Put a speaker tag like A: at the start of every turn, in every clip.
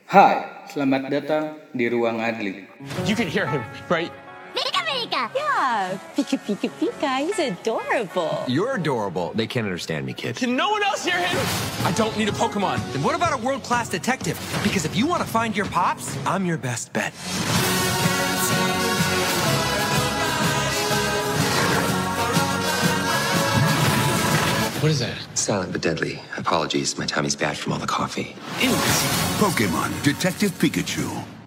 A: Hai, selamat datang di Ruang Adli.
B: You can hear him, right?
C: Pika Pika!
D: Yeah, Pika Pika Pika, he's adorable.
E: You're adorable. They can't understand me, kid.
B: Can no one else hear him? I don't need a Pokemon.
E: Then what about a world-class detective? Because if you want to find your pops, I'm your best bet.
B: What is that?
E: Silent but deadly. Apologies, my tummy's bad from all the coffee.
F: Pokemon Detective Pikachu.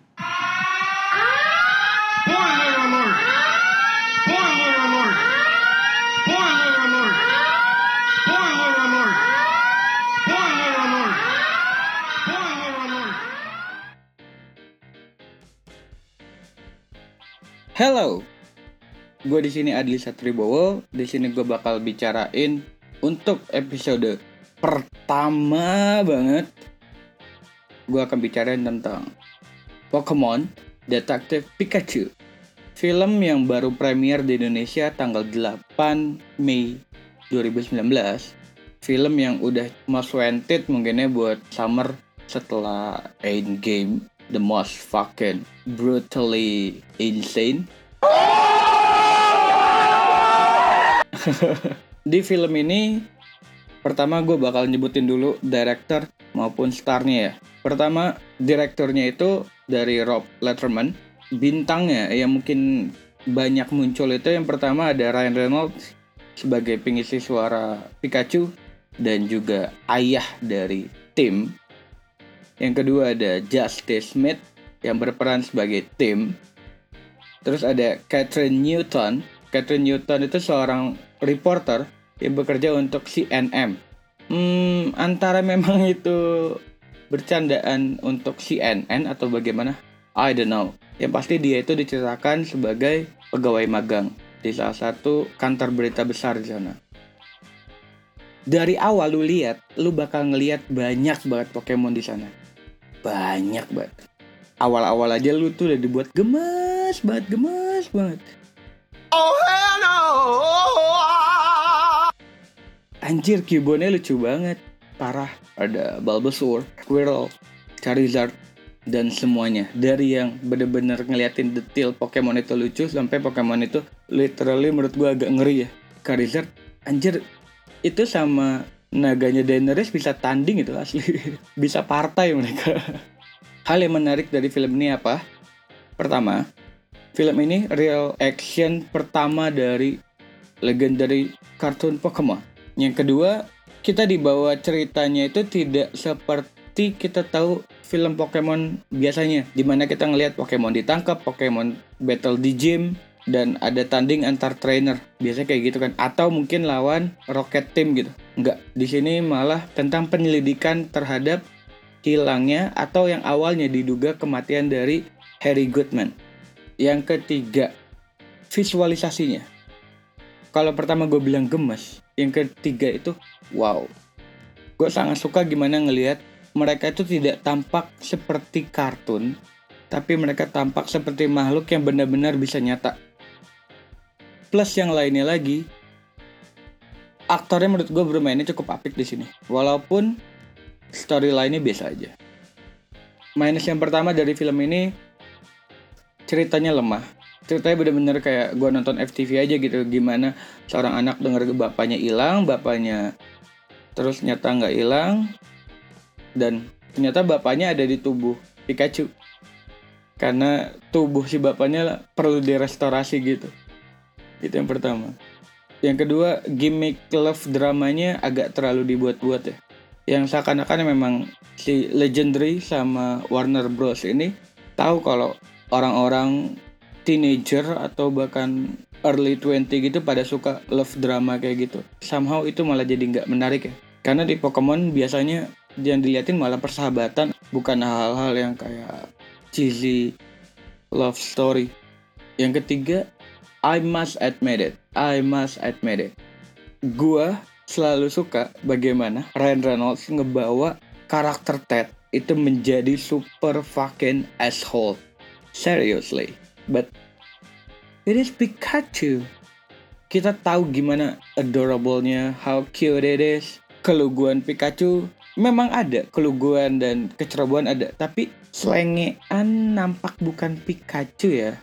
G: Spoiler alert! Spoiler alert! Spoiler alert! Spoiler alert! Spoiler alert! Spoiler alert!
A: Hello, gue di sini Adli Satribowo. Di sini gue bakal bicarain untuk episode pertama banget. Gue akan bicarain tentang Pokemon Detective Pikachu, film yang baru premier di Indonesia tanggal 8 Mei 2019. Film yang udah most wanted mungkinnya buat summer setelah Endgame, the most fucking brutally insane. Di film ini, pertama gue bakal nyebutin dulu director maupun starnya ya. Pertama, direkturnya itu dari Rob Letterman. Bintangnya yang mungkin banyak muncul itu yang pertama ada Ryan Reynolds sebagai pengisi suara Pikachu dan juga ayah dari Tim. Yang kedua ada Justice Smith yang berperan sebagai Tim. Terus ada Catherine Newton. Catherine Newton itu seorang reporter yang bekerja untuk CNN. Antara memang itu bercandaan untuk CNN atau bagaimana? I don't know. Yang pasti dia itu diceritakan sebagai pegawai magang di salah satu kantor berita besar di sana. Dari awal lu bakal ngelihat banyak banget Pokemon di sana. Banyak banget. Awal-awal aja lu tuh udah dibuat gemes banget.
B: Oh, hell no!
A: Anjir, Cubone lucu banget. Parah. Ada Bulbasaur, Squirtle, Charizard, dan semuanya. Dari yang bener-bener ngeliatin detail Pokemon itu lucu sampai Pokemon itu literally menurut gue agak ngeri ya. Charizard, anjir, itu sama naganya Daenerys bisa tanding itu asli. Bisa partai mereka. Hal yang menarik dari film ini apa? Pertama, film ini real action pertama dari legendary kartun Pokemon. Yang kedua, kita dibawa ceritanya itu tidak seperti kita tahu film Pokemon biasanya, dimana kita ngelihat Pokemon ditangkap, Pokemon battle di gym, dan ada tanding antar trainer. Biasanya kayak gitu kan, atau mungkin lawan Rocket Team gitu. Enggak, di sini malah tentang penyelidikan terhadap hilangnya atau yang awalnya diduga kematian dari Harry Goodman. Yang ketiga, visualisasinya. Kalau pertama gue bilang gemes, yang ketiga itu wow. Gue sangat suka gimana ngelihat mereka itu tidak tampak seperti kartun, tapi mereka tampak seperti makhluk yang benar-benar bisa nyata. Plus yang lainnya lagi, aktornya menurut gue bermainnya cukup apik di sini. Walaupun storyline-nya biasa aja. Minus yang pertama dari film ini, ceritanya lemah. Ceritanya bener-bener kayak gue nonton FTV aja gitu. Gimana seorang anak dengar bapaknya hilang, bapaknya terus nyata nggak hilang, dan ternyata bapaknya ada di tubuh Pikachu. Karena tubuh si bapaknya perlu direstorasi gitu. Itu yang pertama. Yang kedua, gimmick love dramanya agak terlalu dibuat-buat ya. Yang seakan-akan memang si Legendary sama Warner Bros ini tahu kalau orang-orang teenager atau bahkan early 20 gitu pada suka love drama kayak gitu. Somehow itu malah jadi nggak menarik ya. Karena di Pokemon biasanya yang diliatin malah persahabatan, bukan hal-hal yang kayak cheesy love story. Yang ketiga, I must admit it. Gua selalu suka bagaimana Ryan Reynolds ngebawa karakter Ted itu menjadi super fucking asshole. Seriously. But it is Pikachu. Kita tahu gimana adorable-nya, how cute it is. Keluguan Pikachu Memang ada keluguan dan kecerobohan ada, tapi selengean nampak bukan Pikachu ya.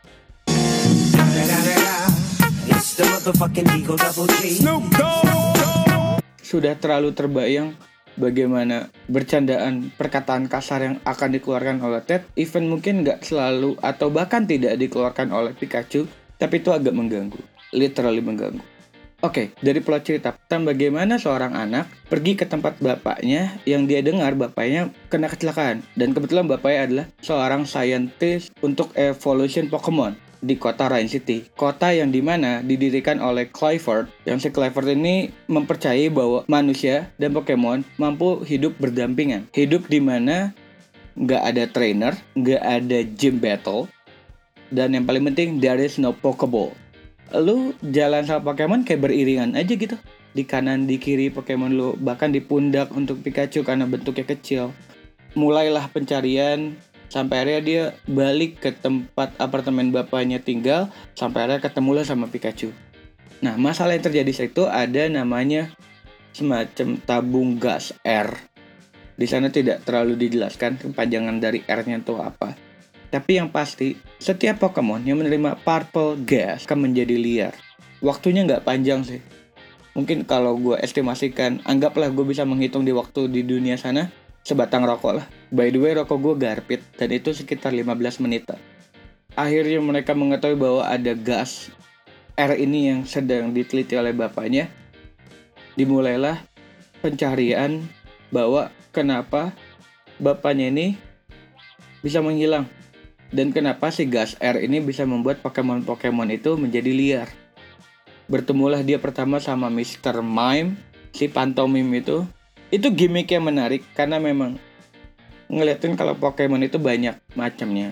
A: Sudah terlalu terbayang bagaimana bercandaan perkataan kasar yang akan dikeluarkan oleh Ted, even mungkin nggak selalu atau bahkan tidak dikeluarkan oleh Pikachu, tapi itu agak mengganggu, literally mengganggu. Oke, dari plot cerita tentang bagaimana seorang anak pergi ke tempat bapaknya yang dia dengar bapaknya kena kecelakaan. Dan kebetulan bapaknya adalah seorang scientist untuk evolution Pokemon di kota Rain City. Kota yang dimana didirikan oleh Clifford. Yang si Clifford ini mempercayai bahwa manusia dan Pokemon mampu hidup berdampingan. Hidup dimana nggak ada trainer, nggak ada gym battle. Dan yang paling penting, there is no Pokeball. Lu jalan sama Pokemon kayak beriringan aja gitu. Di kanan, di kiri Pokemon lu, bahkan di pundak untuk Pikachu karena bentuknya kecil. Mulailah pencarian sampai akhirnya dia balik ke tempat apartemen bapaknya tinggal, sampai akhirnya ketemulah sama Pikachu. Nah, masalah yang terjadi saat itu ada namanya semacam tabung gas R. Di sana tidak terlalu dijelaskan kepanjangan dari R-nya itu apa. Tapi yang pasti, setiap Pokemon yang menerima purple gas akan menjadi liar. Waktunya nggak panjang sih. Mungkin kalau gue estimasikan, anggaplah gue bisa menghitung di waktu di dunia sana, sebatang rokok lah. By the way, rokok gue garpit, dan itu sekitar 15 menit. Akhirnya mereka mengetahui bahwa ada gas R ini yang sedang diteliti oleh bapaknya. Dimulailah pencarian bahwa kenapa bapaknya ini bisa menghilang. Dan kenapa si gas R ini bisa membuat Pokemon-Pokemon itu menjadi liar. Bertemulah dia pertama sama Mr. Mime, si pantomim itu. Itu gimmick yang menarik karena memang ngeliatin kalau Pokemon itu banyak macamnya.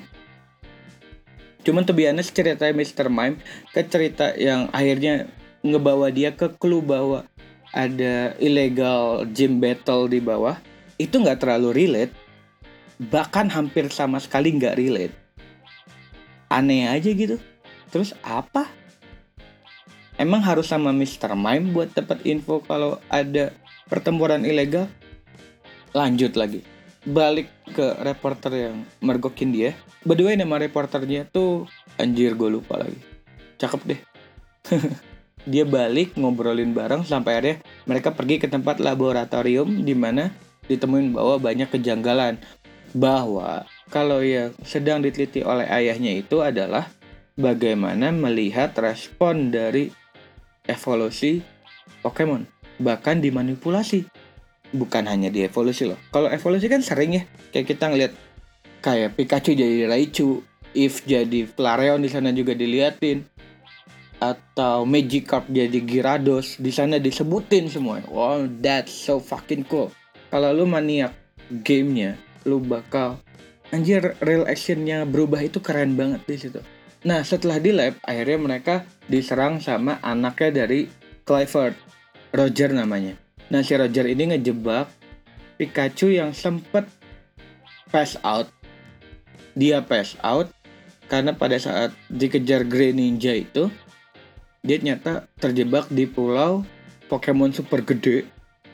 A: Cuman to be honest, cerita Mr. Mime ke cerita yang akhirnya ngebawa dia ke clue bahwa ada illegal gym battle di bawah, itu nggak terlalu relate. Bahkan hampir sama sekali nggak relate. Aneh aja gitu. Terus apa? Emang harus sama Mr. Mime buat dapat info kalau ada pertempuran ilegal? Lanjut lagi. Balik ke reporter yang mergokin dia. By the way, nama reporternya tuh anjir gue lupa lagi. Cakep deh. Dia balik ngobrolin bareng sampai akhirnya mereka pergi ke tempat laboratorium di mana ditemuin bahwa banyak kejanggalan. Bahwa kalau yang sedang diteliti oleh ayahnya itu adalah bagaimana melihat respon dari evolusi Pokemon. Bahkan dimanipulasi. Bukan hanya di evolusi loh. Kalau evolusi kan sering ya. Kayak kita ngeliat kayak Pikachu jadi Raichu, If jadi Flareon, di sana juga diliatin. Atau Magikarp jadi Gyarados, di sana disebutin semua. Wow, that's so fucking cool. Kalau lu maniak gamenya, lu bakal anjir, real actionnya berubah, itu keren banget di situ. Nah, setelah di lab, akhirnya mereka diserang sama anaknya dari Clifford, Roger namanya. Nah, si Roger ini ngejebak Pikachu yang sempet pass out. Dia pass out karena pada saat dikejar Greninja itu, dia ternyata terjebak di pulau Pokemon super gede,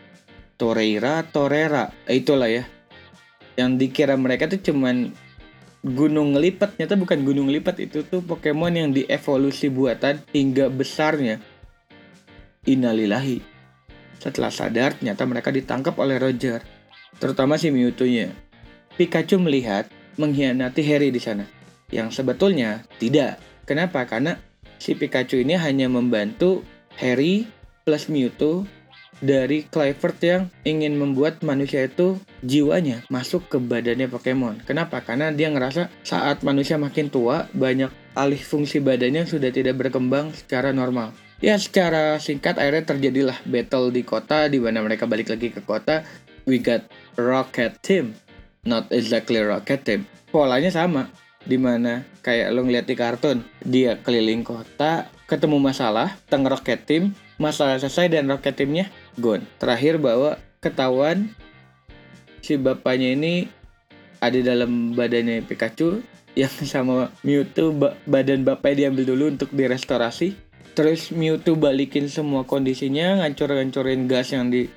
A: Torera, itulah ya. Yang dikira mereka tuh cuman gunung lipat, ternyata bukan gunung lipat, itu tuh Pokemon yang dievolusi buatan hingga besarnya. Innalillahi. Setelah sadar, ternyata mereka ditangkap oleh Roger, terutama si Mewtwo-nya. Pikachu melihat mengkhianati Harry di sana, yang sebetulnya tidak. Kenapa? Karena si Pikachu ini hanya membantu Harry plus Mewtwo dari Clifford yang ingin membuat manusia itu jiwanya masuk ke badannya Pokemon. Kenapa? Karena dia ngerasa saat manusia makin tua, banyak alih fungsi badannya sudah tidak berkembang secara normal. Ya, secara singkat akhirnya terjadilah battle di kota, di mana mereka balik lagi ke kota. We got Rocket Team, not exactly Rocket Team. Polanya sama, di mana kayak lo ngeliat di kartun, dia keliling kota, ketemu masalah, teng Rocket Team, masalah selesai dan Rocket Teamnya gone. Terakhir bahwa ketahuan si bapaknya ini ada dalam badannya Pikachu, yang sama Mewtwo badan bapaknya diambil dulu untuk direstorasi. Terus Mewtwo balikin semua kondisinya, ngancur-ngancurin gas yang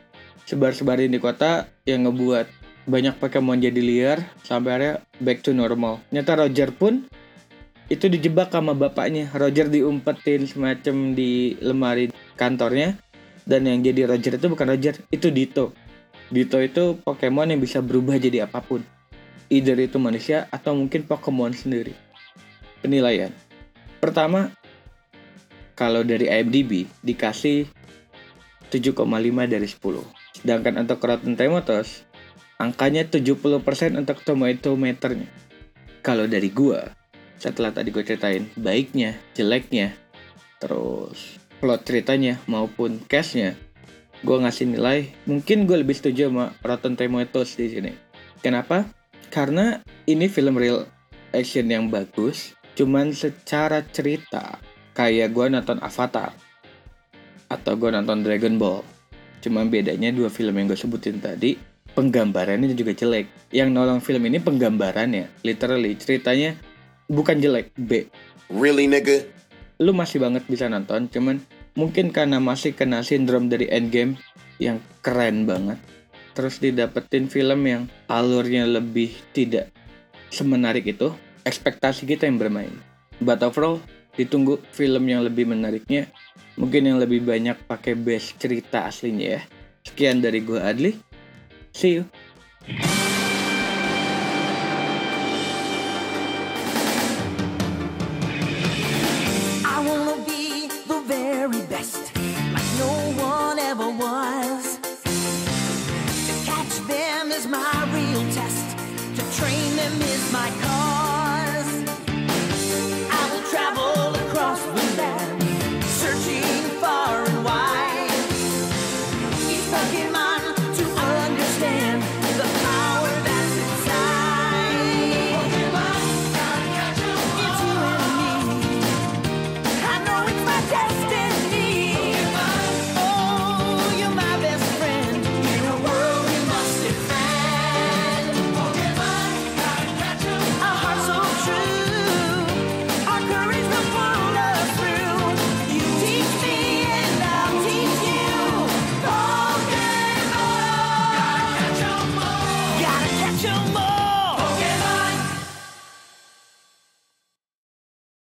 A: sebar-sebarin di kota yang ngebuat banyak Pokemon jadi liar sampai akhirnya back to normal. Nyata Roger pun itu dijebak sama bapaknya. Roger diumpetin semacam di lemari kantornya, dan yang jadi Roger itu bukan Roger, itu Ditto. Ditto itu Pokemon yang bisa berubah jadi apapun, either itu manusia atau mungkin Pokemon sendiri. Penilaian pertama, kalau dari IMDb dikasih 7,5 dari 10. Sedangkan untuk Rotten Tomatoes angkanya 70% untuk tomato meternya. Kalau dari gua, setelah tadi gue ceritain baiknya, jeleknya, terus plot ceritanya maupun cast-nya, gue ngasih nilai mungkin gue lebih setuju sama Rotten Tomatoes di sini. Kenapa? Karena ini film real action yang bagus, cuman secara cerita kayak gue nonton Avatar atau gue nonton Dragon Ball. Cuman bedanya dua film yang gue sebutin tadi, penggambarannya juga jelek. Yang nolong film ini penggambarannya, literally ceritanya bukan jelek, B.
C: Really, nigga?
A: Lu masih banget bisa nonton, cuman mungkin karena masih kena sindrom dari Endgame yang keren banget, terus didapetin film yang alurnya lebih tidak semenarik itu, ekspektasi kita yang bermain. But overall, ditunggu film yang lebih menariknya, mungkin yang lebih banyak pakai base cerita aslinya ya. Sekian dari gue Adli, see you.
H: I wanna be the very best, like no one ever was. To catch them is my real test, to train them is my cause.